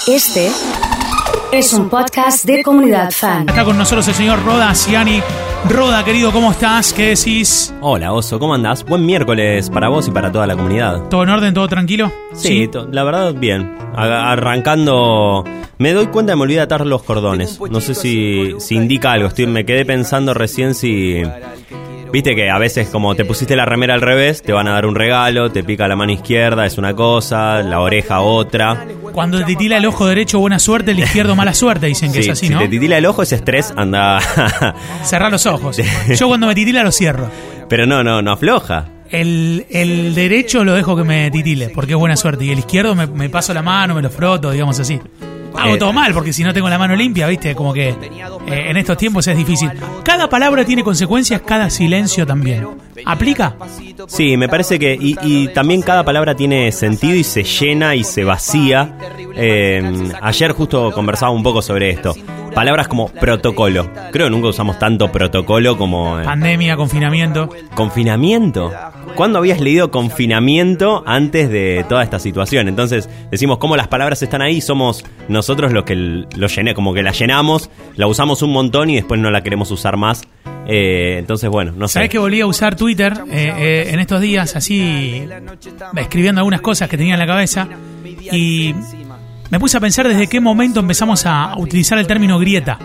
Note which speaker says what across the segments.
Speaker 1: Este es un podcast de Comunidad Fan.
Speaker 2: Está con nosotros el señor Roda Ciani. Roda, querido, ¿cómo estás? ¿Qué decís?
Speaker 3: Hola, Oso, ¿cómo andás? Buen miércoles para vos y para toda la comunidad.
Speaker 2: ¿Todo en orden? ¿Todo tranquilo?
Speaker 3: Sí. La verdad, bien. Arrancando... Me doy cuenta que me olvidé de atar los cordones. No sé si indica algo. Me quedé pensando recién si... Viste que a veces como te pusiste la remera al revés, te van a dar un regalo, te pica la mano izquierda, es una cosa, la oreja otra.
Speaker 2: Cuando te titila el ojo derecho, buena suerte, el izquierdo, mala suerte, dicen que
Speaker 3: sí,
Speaker 2: es así,
Speaker 3: si
Speaker 2: ¿no?
Speaker 3: te titila el ojo, ese estrés, anda...
Speaker 2: Cerrá los ojos. Yo cuando me titila lo cierro.
Speaker 3: Pero no afloja.
Speaker 2: El derecho lo dejo que me titile, porque es buena suerte. Y el izquierdo me paso la mano, me lo froto, digamos así. Hago todo mal, porque si no tengo la mano limpia, viste, como que en estos tiempos es difícil. Cada palabra tiene consecuencias, cada silencio también. ¿Aplica?
Speaker 3: Sí, me parece que... Y también cada palabra tiene sentido y se llena y se vacía. Ayer justo conversaba un poco sobre esto. Palabras como protocolo. Creo que nunca usamos tanto protocolo como...
Speaker 2: Pandemia, confinamiento.
Speaker 3: ¿Confinamiento? ¿Cuándo habías leído confinamiento antes de toda esta situación? Entonces decimos cómo las palabras están ahí, somos nosotros los que lo llené, como que la llenamos, la usamos un montón y después no la queremos usar más. Entonces, bueno, no sé.
Speaker 2: ¿Sabés que volví a usar Twitter en estos días, así, escribiendo algunas cosas que tenía en la cabeza? Y me puse a pensar desde qué momento empezamos a utilizar el término grieta.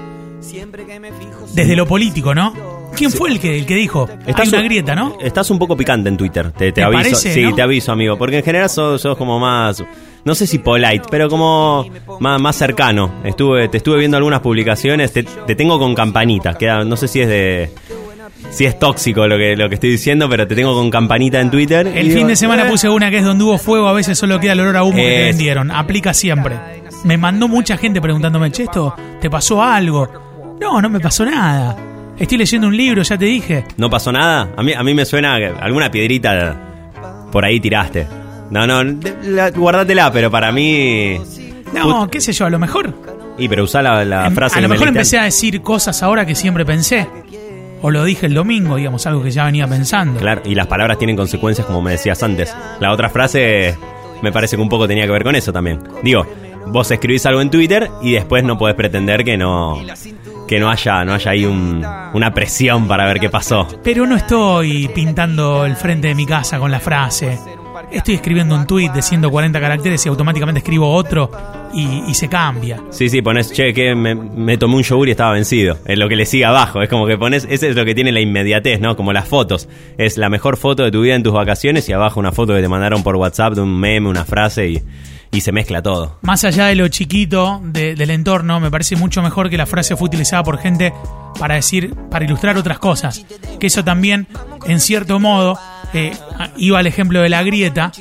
Speaker 2: Desde lo político, ¿no? ¿Quién fue el que dijo? Hay una grieta, ¿no?
Speaker 3: Estás un poco picante en Twitter, te aviso.
Speaker 2: Parece,
Speaker 3: sí,
Speaker 2: ¿no?
Speaker 3: Te aviso, amigo, porque en general sos como más... No sé si polite, pero como más cercano. Te estuve viendo algunas publicaciones, te tengo con campanita. No sé si es tóxico lo que estoy diciendo, pero te tengo con campanita en Twitter.
Speaker 2: El fin de semana puse una que es donde hubo fuego, a veces solo queda el olor a humo que te vendieron. Aplica siempre. Me mandó mucha gente preguntándome, che, ¿esto te pasó algo? No me pasó nada. Estoy leyendo un libro, ya te dije.
Speaker 3: ¿No pasó nada? A mí me suena que alguna piedrita por ahí tiraste. No, guárdatela, pero para mí...
Speaker 2: No, qué sé yo, a lo mejor...
Speaker 3: pero usá la frase...
Speaker 2: A lo mejor empecé a decir cosas ahora que siempre pensé. O lo dije el domingo, digamos, algo que ya venía pensando.
Speaker 3: Claro, y las palabras tienen consecuencias, como me decías antes. La otra frase me parece que un poco tenía que ver con eso también. Digo, vos escribís algo en Twitter y después no podés pretender que no haya ahí una presión para ver qué pasó.
Speaker 2: Pero no estoy pintando el frente de mi casa con la frase. Estoy escribiendo un tuit de 140 caracteres y automáticamente escribo otro y se cambia.
Speaker 3: Sí, pones, che, que me tomé un yogur y estaba vencido. Es lo que le sigue abajo. Es como que pones, ese es lo que tiene la inmediatez, ¿no? Como las fotos. Es la mejor foto de tu vida en tus vacaciones y abajo una foto que te mandaron por WhatsApp de un meme, una frase y se mezcla todo.
Speaker 2: Más allá de lo chiquito del entorno, me parece mucho mejor que la frase fue utilizada por gente para ilustrar otras cosas. Que eso también, en cierto modo, iba al ejemplo de la grieta.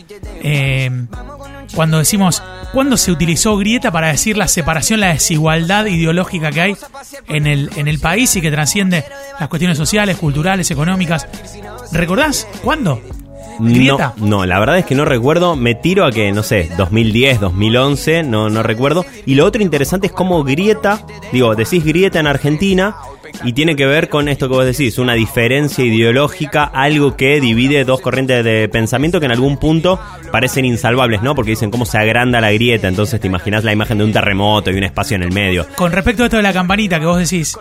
Speaker 2: Cuando decimos, ¿cuándo se utilizó grieta para decir la separación, la desigualdad ideológica que hay en el país y que trasciende las cuestiones sociales, culturales, económicas? ¿Recordás? ¿Cuándo? ¿Grieta?
Speaker 3: No, la verdad es que no recuerdo. Me tiro a que, no sé, 2010, 2011, no recuerdo. Y lo otro interesante es cómo grieta, decís grieta en Argentina y tiene que ver con esto que vos decís, una diferencia ideológica, algo que divide dos corrientes de pensamiento que en algún punto parecen insalvables, ¿no? Porque dicen cómo se agranda la grieta, entonces te imaginás la imagen de un terremoto y un espacio en el medio.
Speaker 2: Con respecto a esto de la campanita que vos decís,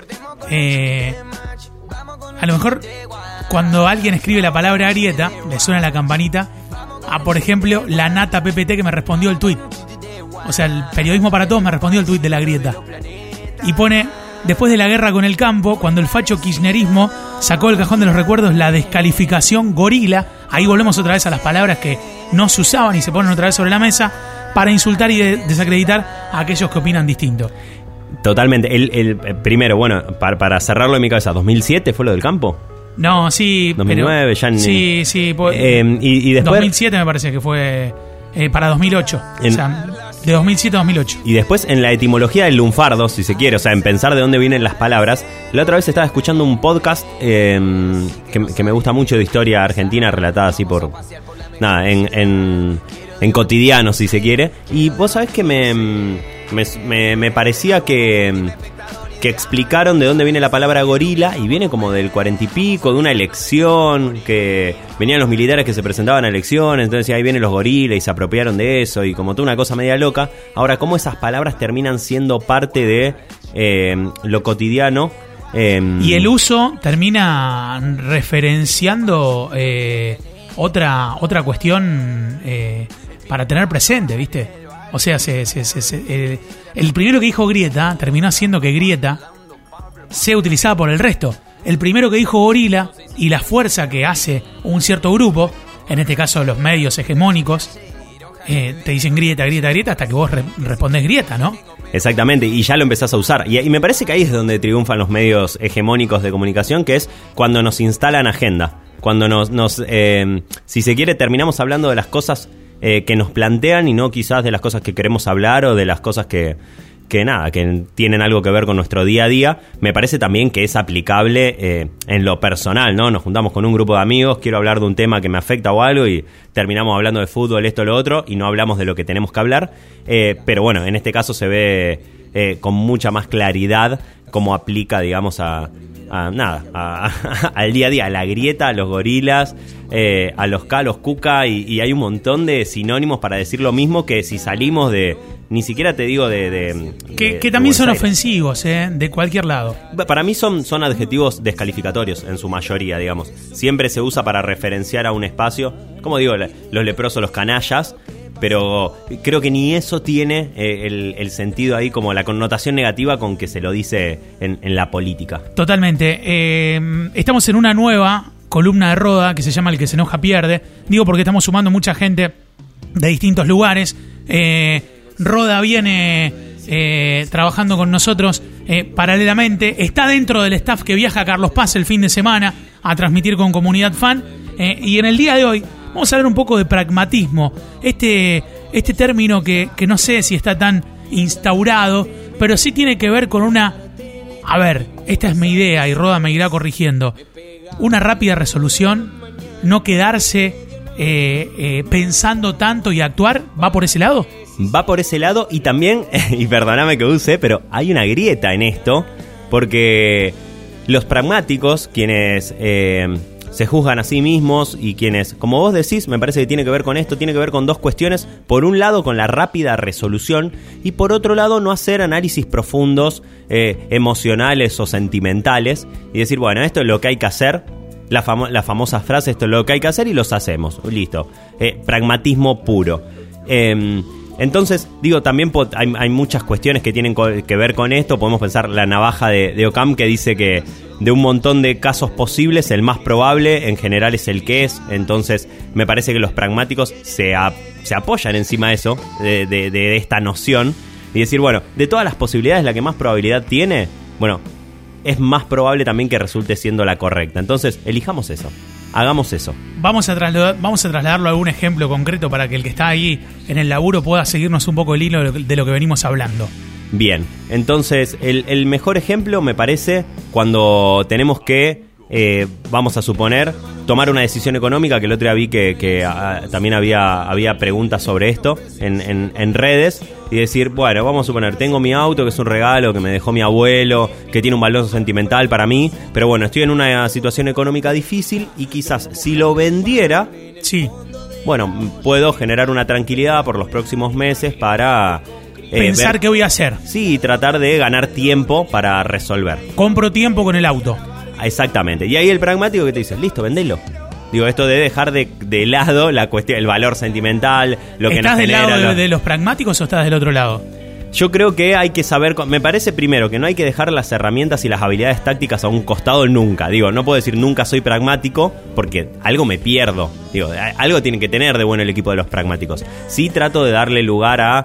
Speaker 2: a lo mejor... Cuando alguien escribe la palabra grieta, le suena la campanita a, por ejemplo, la nata PPT que me respondió el tuit. O sea, el periodismo para todos me respondió el tuit de la grieta. Y pone, después de la guerra con el campo, cuando el facho kirchnerismo sacó del cajón de los recuerdos la descalificación gorila, ahí volvemos otra vez a las palabras que no se usaban y se ponen otra vez sobre la mesa para insultar y desacreditar a aquellos que opinan distinto.
Speaker 3: Totalmente. El primero, bueno, para cerrarlo en mi cabeza, ¿2007 fue lo del campo?
Speaker 2: No, sí,
Speaker 3: 2009,
Speaker 2: pero,
Speaker 3: ya...
Speaker 2: Sí, pues,
Speaker 3: y después...
Speaker 2: 2007 me parece que fue para 2008. O sea, de 2007 a 2008.
Speaker 3: Y después en la etimología del lunfardo, si se quiere, o sea, en pensar de dónde vienen las palabras. La otra vez estaba escuchando un podcast que me gusta mucho de historia argentina, relatada así por... Nada, en cotidiano, si se quiere. Y vos sabés que me parecía que que explicaron de dónde viene la palabra gorila, y viene como del 40 y pico, de una elección, que venían los militares que se presentaban a elecciones, entonces ahí vienen los gorilas y se apropiaron de eso, y como toda una cosa media loca. Ahora, cómo esas palabras terminan siendo parte de lo cotidiano.
Speaker 2: Y el uso termina referenciando otra cuestión para tener presente, ¿viste? O sea, el primero que dijo grieta terminó haciendo que grieta sea utilizada por el resto. El primero que dijo gorila y la fuerza que hace un cierto grupo, en este caso los medios hegemónicos, te dicen grieta, grieta, grieta, hasta que vos respondés grieta, ¿no?
Speaker 3: Exactamente, y ya lo empezás a usar. Y me parece que ahí es donde triunfan los medios hegemónicos de comunicación, que es cuando nos instalan agenda. Cuando si se quiere, terminamos hablando de las cosas que nos plantean y no quizás de las cosas que queremos hablar o de las cosas que tienen algo que ver con nuestro día a día. Me parece también que es aplicable en lo personal, ¿no? Nos juntamos con un grupo de amigos, quiero hablar de un tema que me afecta o algo y terminamos hablando de fútbol, esto o lo otro, y no hablamos de lo que tenemos que hablar. Pero bueno, en este caso se ve con mucha más claridad cómo aplica, digamos, al día a día, a la grieta, a los gorilas, a los K, a los cuca, y hay un montón de sinónimos para decir lo mismo, que si salimos de... Ni siquiera te digo
Speaker 2: que también son ofensivos, de cualquier lado.
Speaker 3: Para mí son adjetivos descalificatorios en su mayoría, digamos. Siempre se usa para referenciar a un espacio. Como digo, los leprosos, los canallas. Pero creo que ni eso tiene el sentido ahí, como la connotación negativa con que se lo dice en la política. Totalmente.
Speaker 2: Estamos en una nueva columna de Roda que se llama El que se enoja pierde. Digo porque estamos sumando mucha gente de distintos lugares. Roda viene trabajando con nosotros paralelamente. Está dentro del staff que viaja a Carlos Paz el fin de semana a transmitir con Comunidad Fan. Y en el día de hoy vamos a hablar un poco de pragmatismo. Este término que no sé si está tan instaurado, pero sí tiene que ver con una... A ver, esta es mi idea y Roda me irá corrigiendo. Una rápida resolución, no quedarse pensando tanto y actuar. ¿Va por ese lado?
Speaker 3: Va por ese lado, y también, y perdóname que use, pero hay una grieta en esto, porque los pragmáticos, quienes se juzgan a sí mismos y quienes, como vos decís, me parece que tiene que ver con esto, tiene que ver con dos cuestiones. Por un lado, con la rápida resolución, y por otro lado, no hacer análisis profundos, emocionales o sentimentales, y decir, bueno, esto es lo que hay que hacer. La famosa frase, esto es lo que hay que hacer y los hacemos. Listo. Pragmatismo puro. Entonces, digo, también hay muchas cuestiones que tienen que ver con esto. Podemos pensar la navaja de Occam, que dice que de un montón de casos posibles, el más probable en general es el que es. Entonces, me parece que los pragmáticos se apoyan encima de eso, de esta noción, y decir, bueno, de todas las posibilidades, la que más probabilidad tiene, bueno, es más probable también que resulte siendo la correcta. Entonces, elijamos eso. Hagamos eso.
Speaker 2: Vamos a trasladarlo a algún ejemplo concreto para que el que está ahí en el laburo pueda seguirnos un poco el hilo de lo que venimos hablando.
Speaker 3: Bien, entonces el mejor ejemplo me parece cuando tenemos que, vamos a suponer, tomar una decisión económica, que el otro día vi que también había preguntas sobre esto en redes, y decir, bueno, vamos a suponer, tengo mi auto, que es un regalo que me dejó mi abuelo, que tiene un valor sentimental para mí, pero bueno, estoy en una situación económica difícil y quizás si lo vendiera,
Speaker 2: sí,
Speaker 3: bueno, puedo generar una tranquilidad por los próximos meses para...
Speaker 2: pensar qué voy a hacer.
Speaker 3: Sí, y tratar de ganar tiempo para resolver.
Speaker 2: Compro tiempo con el auto.
Speaker 3: Exactamente. Y ahí el pragmático que te dice, listo, vendelo. Digo, esto de dejar de lado la cuestión, el valor sentimental, lo que nos genera.
Speaker 2: ¿Estás del lado de los pragmáticos o estás del otro lado?
Speaker 3: Yo creo que hay que saber, me parece primero que no hay que dejar las herramientas y las habilidades tácticas a un costado nunca. Digo, no puedo decir nunca soy pragmático porque algo me pierdo. Digo, algo tiene que tener de bueno el equipo de los pragmáticos. Sí trato de darle lugar a,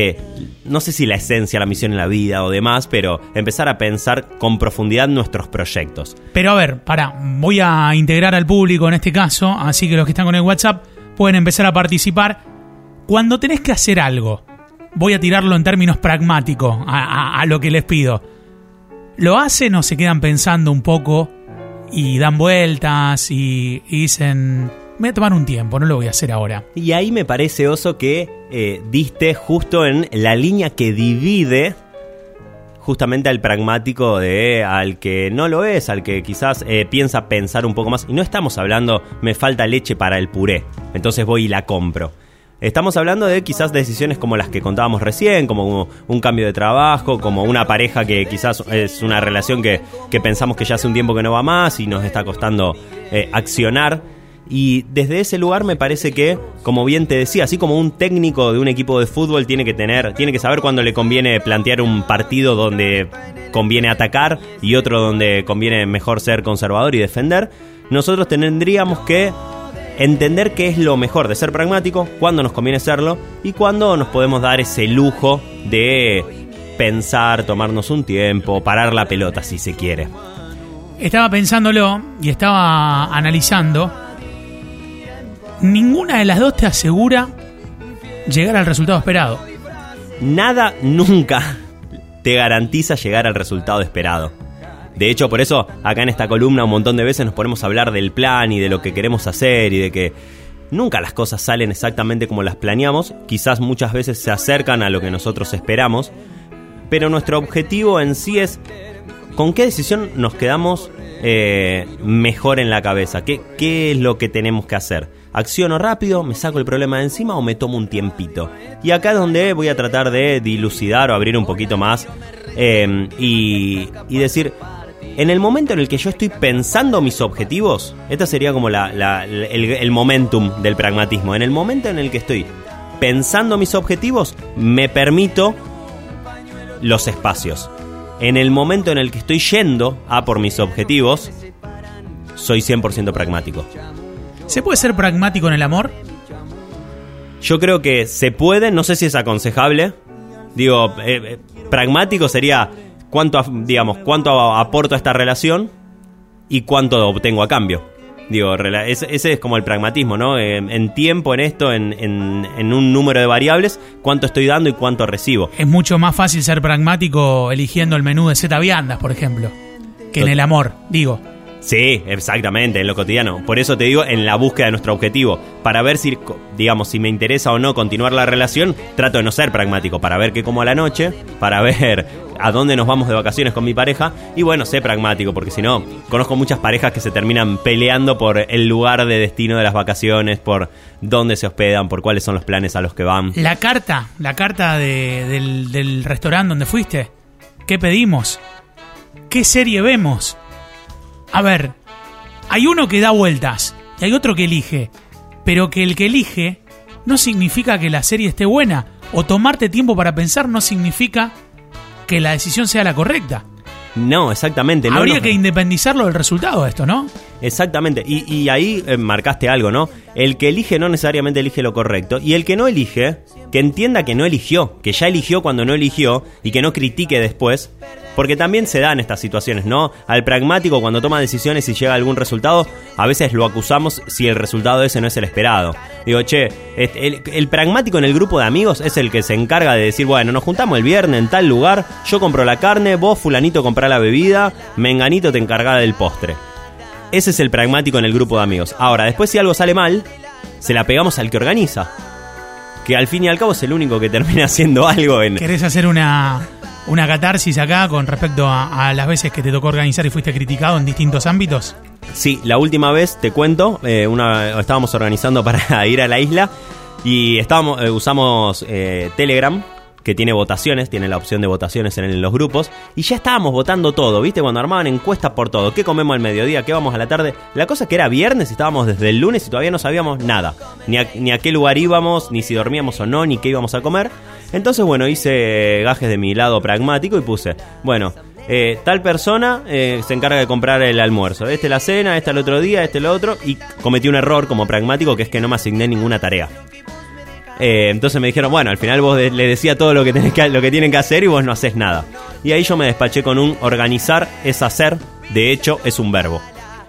Speaker 3: no sé si la esencia, la misión en la vida o demás, pero empezar a pensar con profundidad nuestros proyectos.
Speaker 2: Pero a ver, voy a integrar al público en este caso, así que los que están con el WhatsApp pueden empezar a participar. Cuando tenés que hacer algo, voy a tirarlo en términos pragmáticos a lo que les pido. ¿Lo hacen o se quedan pensando un poco y dan vueltas y dicen, me voy a tomar un tiempo, no lo voy a hacer ahora?
Speaker 3: Y ahí me parece, Oso, que diste justo en la línea que divide justamente al pragmático al que no lo es, al que quizás piensa pensar un poco más. Y no estamos hablando, me falta leche para el puré, entonces voy y la compro. Estamos hablando de quizás decisiones como las que contábamos recién, como un cambio de trabajo, como una pareja que quizás es una relación que pensamos que ya hace un tiempo que no va más y nos está costando accionar. Y desde ese lugar me parece que, como bien te decía, así como un técnico de un equipo de fútbol tiene que saber cuándo le conviene plantear un partido donde conviene atacar y otro donde conviene mejor ser conservador y defender, nosotros tendríamos que entender qué es lo mejor de ser pragmático, cuándo nos conviene serlo y cuándo nos podemos dar ese lujo de pensar, tomarnos un tiempo, parar la pelota si se quiere.
Speaker 2: Estaba pensándolo y estaba analizando. Ninguna de las dos te asegura llegar al resultado esperado.
Speaker 3: Nada nunca te garantiza llegar al resultado esperado. De hecho, por eso, acá en esta columna un montón de veces nos ponemos a hablar del plan y de lo que queremos hacer y de que nunca las cosas salen exactamente como las planeamos. Quizás muchas veces se acercan a lo que nosotros esperamos, pero nuestro objetivo en sí es con qué decisión nos quedamos mejor en la cabeza. ¿Qué es lo que tenemos que hacer? ¿Acciono rápido, me saco el problema de encima o me tomo un tiempito? Y acá es donde voy a tratar de dilucidar o abrir un poquito más y decir, en el momento en el que yo estoy pensando mis objetivos, este sería como el momentum del pragmatismo. En el momento en el que estoy pensando mis objetivos, me permito los espacios. En el momento en el que estoy yendo a por mis objetivos, soy 100% pragmático.
Speaker 2: ¿Se puede ser pragmático en el amor?
Speaker 3: Yo creo que se puede, no sé si es aconsejable. Digo, pragmático sería cuánto aporto a esta relación y cuánto obtengo a cambio. Digo, ese es como el pragmatismo, ¿no? En tiempo, en esto, en un número de variables, cuánto estoy dando y cuánto recibo.
Speaker 2: Es mucho más fácil ser pragmático eligiendo el menú de Zeta Viandas, por ejemplo, que en el amor, digo.
Speaker 3: Sí, exactamente, en lo cotidiano. Por eso te digo, en la búsqueda de nuestro objetivo. Para ver si me interesa o no continuar la relación, trato de no ser pragmático. Para ver qué como a la noche, para ver a dónde nos vamos de vacaciones con mi pareja. Y bueno, sé pragmático, porque si no, conozco muchas parejas que se terminan peleando por el lugar de destino de las vacaciones, por dónde se hospedan, por cuáles son los planes a los que van.
Speaker 2: La carta del restaurante donde fuiste. ¿Qué pedimos? ¿Qué serie vemos? A ver, hay uno que da vueltas y hay otro que elige, pero que el que elige no significa que la serie esté buena, o tomarte tiempo para pensar no significa que la decisión sea la correcta.
Speaker 3: No, exactamente.
Speaker 2: Habría que independizarlo del resultado de esto, ¿no?
Speaker 3: Exactamente, y ahí marcaste algo, ¿no? El que elige no necesariamente elige lo correcto, y el que no elige, que entienda que no eligió, que ya eligió cuando no eligió, y que no critique después, porque también se dan estas situaciones, ¿no? Al pragmático, cuando toma decisiones y llega a algún resultado, a veces lo acusamos si el resultado ese no es el esperado. Digo, el pragmático en el grupo de amigos es el que se encarga de decir, bueno, nos juntamos el viernes en tal lugar, yo compro la carne, vos fulanito comprá la bebida, menganito te encargá del postre. Ese es el pragmático en el grupo de amigos. Ahora, después si algo sale mal, se la pegamos al que organiza, que al fin y al cabo es el único que termina haciendo algo en...
Speaker 2: ¿Querés hacer una catarsis acá con respecto a las veces que te tocó organizar y fuiste criticado en distintos ámbitos?
Speaker 3: Sí, la última vez, te cuento, estábamos organizando para ir a la isla y usamos Telegram, que tiene votaciones, tiene la opción de votaciones en los grupos, y ya estábamos votando todo, ¿viste? Cuando armaban encuestas por todo, ¿qué comemos al mediodía? ¿Qué vamos a la tarde? La cosa es que era viernes y estábamos desde el lunes y todavía no sabíamos nada, ni a qué lugar íbamos, ni si dormíamos o no, ni qué íbamos a comer. Entonces, bueno, hice gajes de mi lado pragmático y puse, bueno, tal persona se encarga de comprar el almuerzo, la cena, el otro día, el otro, y cometí un error como pragmático, que es que no me asigné ninguna tarea. Entonces me dijeron, bueno, al final vos le decía todo lo que tienen que hacer y vos no hacés nada. Y ahí yo me despaché con un organizar es hacer, de hecho es un verbo.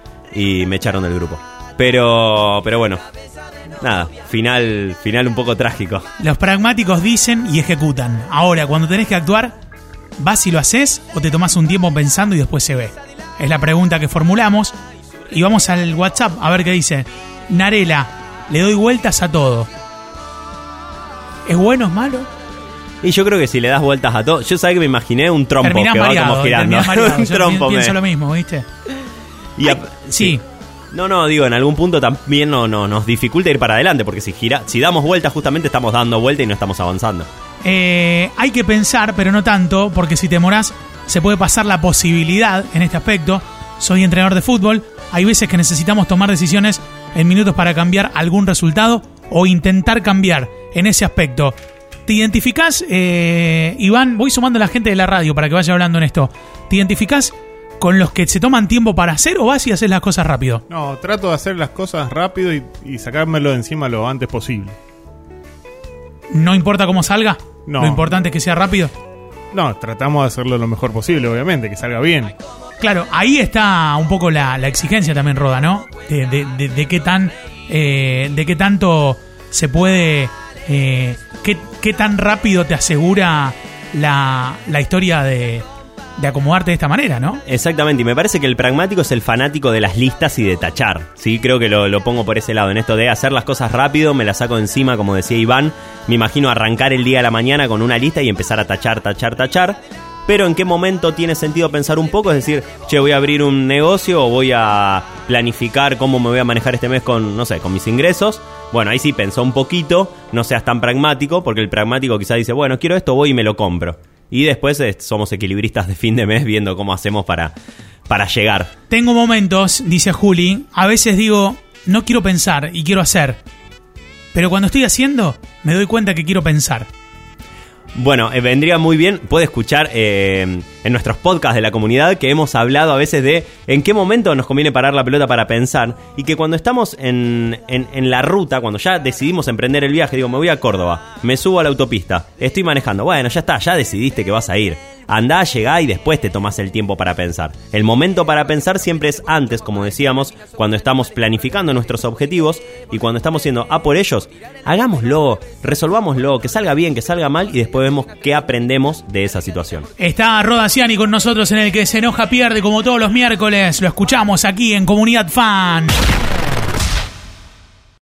Speaker 3: Y me echaron del grupo. Pero bueno, nada, final un poco trágico.
Speaker 2: Los pragmáticos dicen y ejecutan. Ahora, cuando tenés que actuar, ¿vas y lo haces o te tomás un tiempo pensando y después se ve? Es la pregunta que formulamos. Y vamos al WhatsApp a ver qué dice. Narela, le doy vueltas a todo. ¿Es bueno, es malo?
Speaker 3: Y yo creo que si le das vueltas a todo, yo sabía que me imaginé un trompo
Speaker 2: terminás
Speaker 3: que
Speaker 2: mareado,
Speaker 3: va como girando.
Speaker 2: un trompo
Speaker 3: pienso
Speaker 2: lo mismo, ¿viste?
Speaker 3: Y
Speaker 2: sí.
Speaker 3: No, digo, en algún punto también nos dificulta ir para adelante, porque si damos vueltas, justamente estamos dando vuelta y no estamos avanzando.
Speaker 2: Hay que pensar, pero no tanto, porque si te demorás, se puede pasar la posibilidad en este aspecto. Soy entrenador de fútbol, hay veces que necesitamos tomar decisiones en minutos para cambiar algún resultado o intentar cambiar en ese aspecto. ¿Te identificás, Iván? Voy sumando a la gente de la radio para que vaya hablando en esto. ¿Te identificás con los que se toman tiempo para hacer o vas y haces las cosas rápido?
Speaker 4: No, trato de hacer las cosas rápido y sacármelo de encima lo antes posible.
Speaker 2: ¿No importa cómo salga?
Speaker 4: No.
Speaker 2: ¿Lo importante es que sea rápido?
Speaker 4: No, tratamos de hacerlo lo mejor posible, obviamente, que salga bien.
Speaker 2: Claro, ahí está un poco la exigencia también, Roda, ¿no? De qué tanto se puede... qué tan rápido te asegura la historia de acomodarte de esta manera, ¿no?
Speaker 3: Exactamente, y me parece que el pragmático es el fanático de las listas y de tachar, ¿sí? Creo que lo pongo por ese lado, en esto de hacer las cosas rápido, me las saco encima, como decía Iván. Me imagino arrancar el día a la mañana con una lista y empezar a tachar. Pero ¿en qué momento tiene sentido pensar un poco? Es decir, voy a abrir un negocio o voy a planificar cómo me voy a manejar este mes con mis ingresos. Bueno, ahí sí pensó un poquito, no seas tan pragmático, porque el pragmático quizás dice, bueno, quiero esto, voy y me lo compro. Y después somos equilibristas de fin de mes viendo cómo hacemos para llegar.
Speaker 2: Tengo momentos, dice Juli, a veces digo, no quiero pensar y quiero hacer. Pero cuando estoy haciendo, me doy cuenta que quiero pensar.
Speaker 3: Bueno, vendría muy bien, puede escuchar en nuestros podcasts de la comunidad que hemos hablado a veces de en qué momento nos conviene parar la pelota para pensar, y que cuando estamos en la ruta, cuando ya decidimos emprender el viaje, digo, me voy a Córdoba, me subo a la autopista, estoy manejando, bueno, ya está, ya decidiste que vas a ir. Andá, llegá y después te tomás el tiempo para pensar. El momento para pensar siempre es antes, como decíamos, cuando estamos planificando nuestros objetivos y cuando estamos siendo por ellos, hagámoslo, resolvámoslo, que salga bien, que salga mal y después vemos qué aprendemos de esa situación.
Speaker 2: Está Roda Ciani con nosotros en el que se enoja pierde como todos los miércoles. Lo escuchamos aquí en Comunidad Fan.